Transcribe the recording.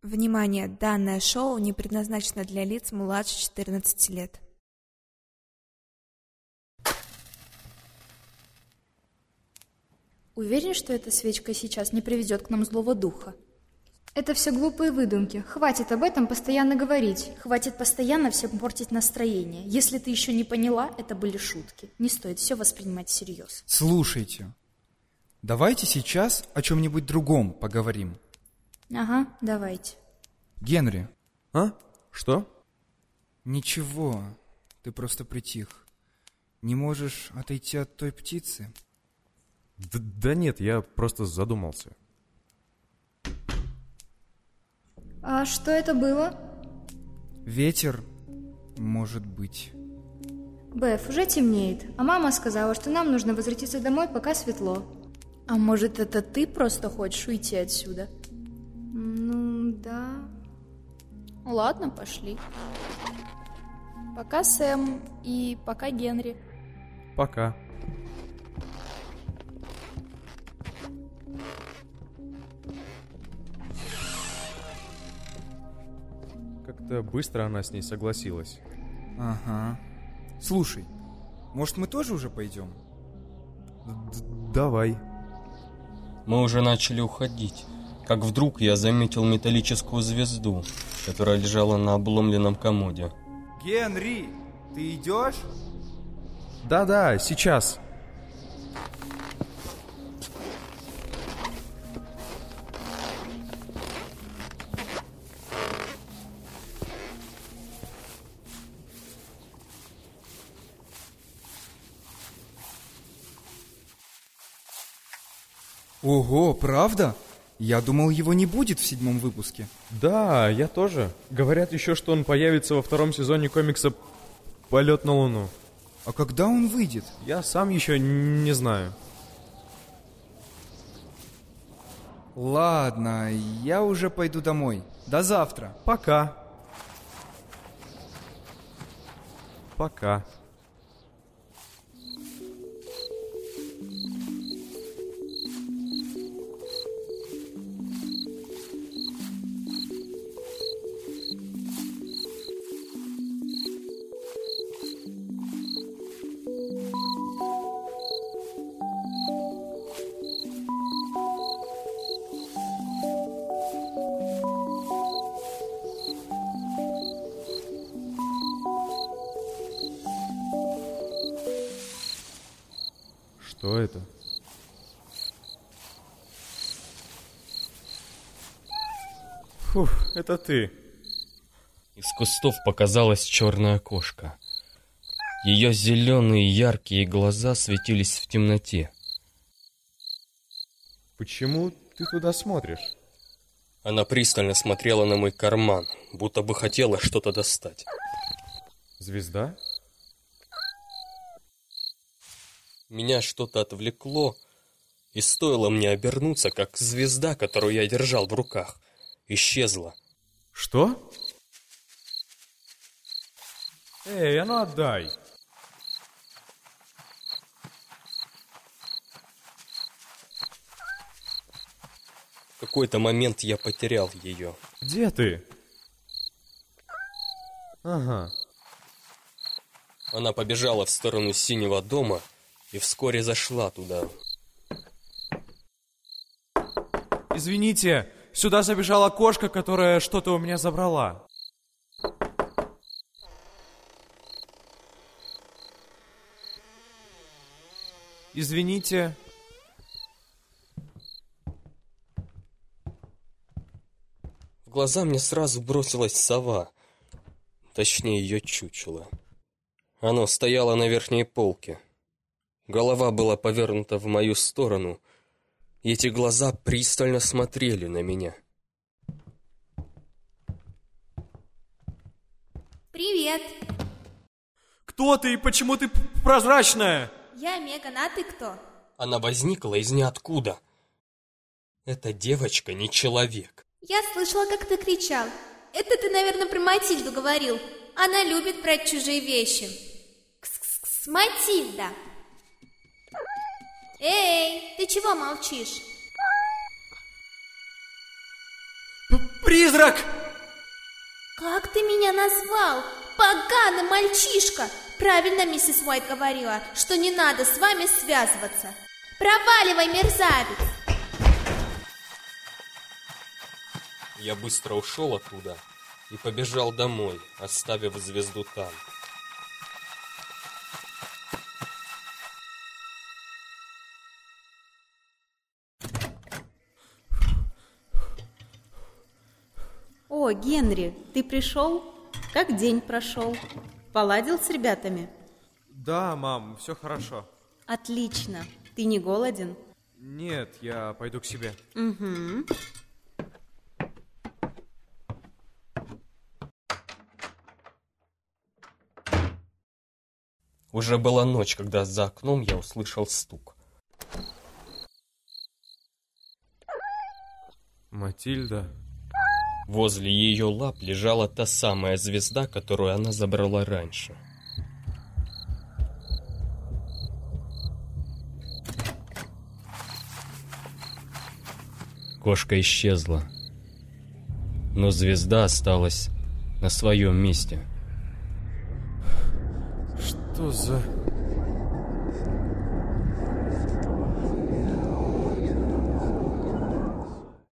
Внимание! Данное шоу не предназначено для лиц младше 14 лет. Уверен, что эта свечка сейчас не приведет к нам злого духа? Это все глупые выдумки. Хватит об этом постоянно говорить. Хватит постоянно всем портить настроение. Если ты еще не поняла, это были шутки. Не стоит все воспринимать всерьез. Слушайте, давайте сейчас о чем-нибудь другом поговорим. Ага, давайте. Генри. А? Что? Ничего, ты просто притих. Не можешь отойти от той птицы? Да нет, я просто задумался. А что это было? Ветер, может быть. Беф, уже темнеет, а мама сказала, что нам нужно возвратиться домой, пока светло. А может, это ты просто хочешь уйти отсюда? Ну, да. Ладно, пошли. Пока Сэм и пока Генри. Пока. Как-то быстро она с ней согласилась. Ага. Слушай, может, мы тоже уже пойдем? Давай. Мы уже начали уходить, как вдруг я заметил металлическую звезду, которая лежала на обломленном комоде. Генри, ты идешь? Да-да, сейчас. Ого, правда? Я думал, его не будет в 7 выпуске. Да, я тоже. Говорят еще, что он появится во 2 сезоне комикса «Полет на Луну». А когда он выйдет? Я сам еще не знаю. Ладно, я уже пойду домой. До завтра. Пока. Пока. Что это? Фух, это ты. Из кустов показалась черная кошка. Ее зеленые яркие глаза светились в темноте. Почему ты туда смотришь? Она пристально смотрела на мой карман, будто бы хотела что-то достать. Звезда? Меня что-то отвлекло, и стоило мне обернуться, как звезда, которую я держал в руках, исчезла. Что? Эй, а ну отдай! В какой-то момент я потерял ее. Где ты? Ага. Она побежала в сторону синего дома и вскоре зашла туда. Извините, сюда забежала кошка, которая что-то у меня забрала. Извините. В глаза мне сразу бросилась сова, точнее ее чучело. Оно стояло на верхней полке. Голова была повернута в мою сторону, и эти глаза пристально смотрели на меня. Привет! Кто ты и почему ты прозрачная? Я Меган, а ты кто? Она возникла из ниоткуда. Эта девочка не человек. Я слышала, как ты кричал. Это ты, наверное, про Матильду говорил. Она любит брать чужие вещи. Кс-кс-кс, Матильда! Эй, ты чего молчишь? Призрак! Как ты меня назвал? Поганый мальчишка! Правильно миссис Уайт говорила, что не надо с вами связываться. Проваливай, мерзавец! Я быстро ушел оттуда и побежал домой, оставив звезду там. О, Генри, ты пришел? Как день прошел? Поладил с ребятами? Да, мам, все хорошо. Отлично. Ты не голоден? Нет, я пойду к себе. Угу. Уже была ночь, когда за окном я услышал стук. Матильда. Возле ее лап лежала та самая звезда, которую она забрала раньше. Кошка исчезла, но звезда осталась на своем месте. Что за...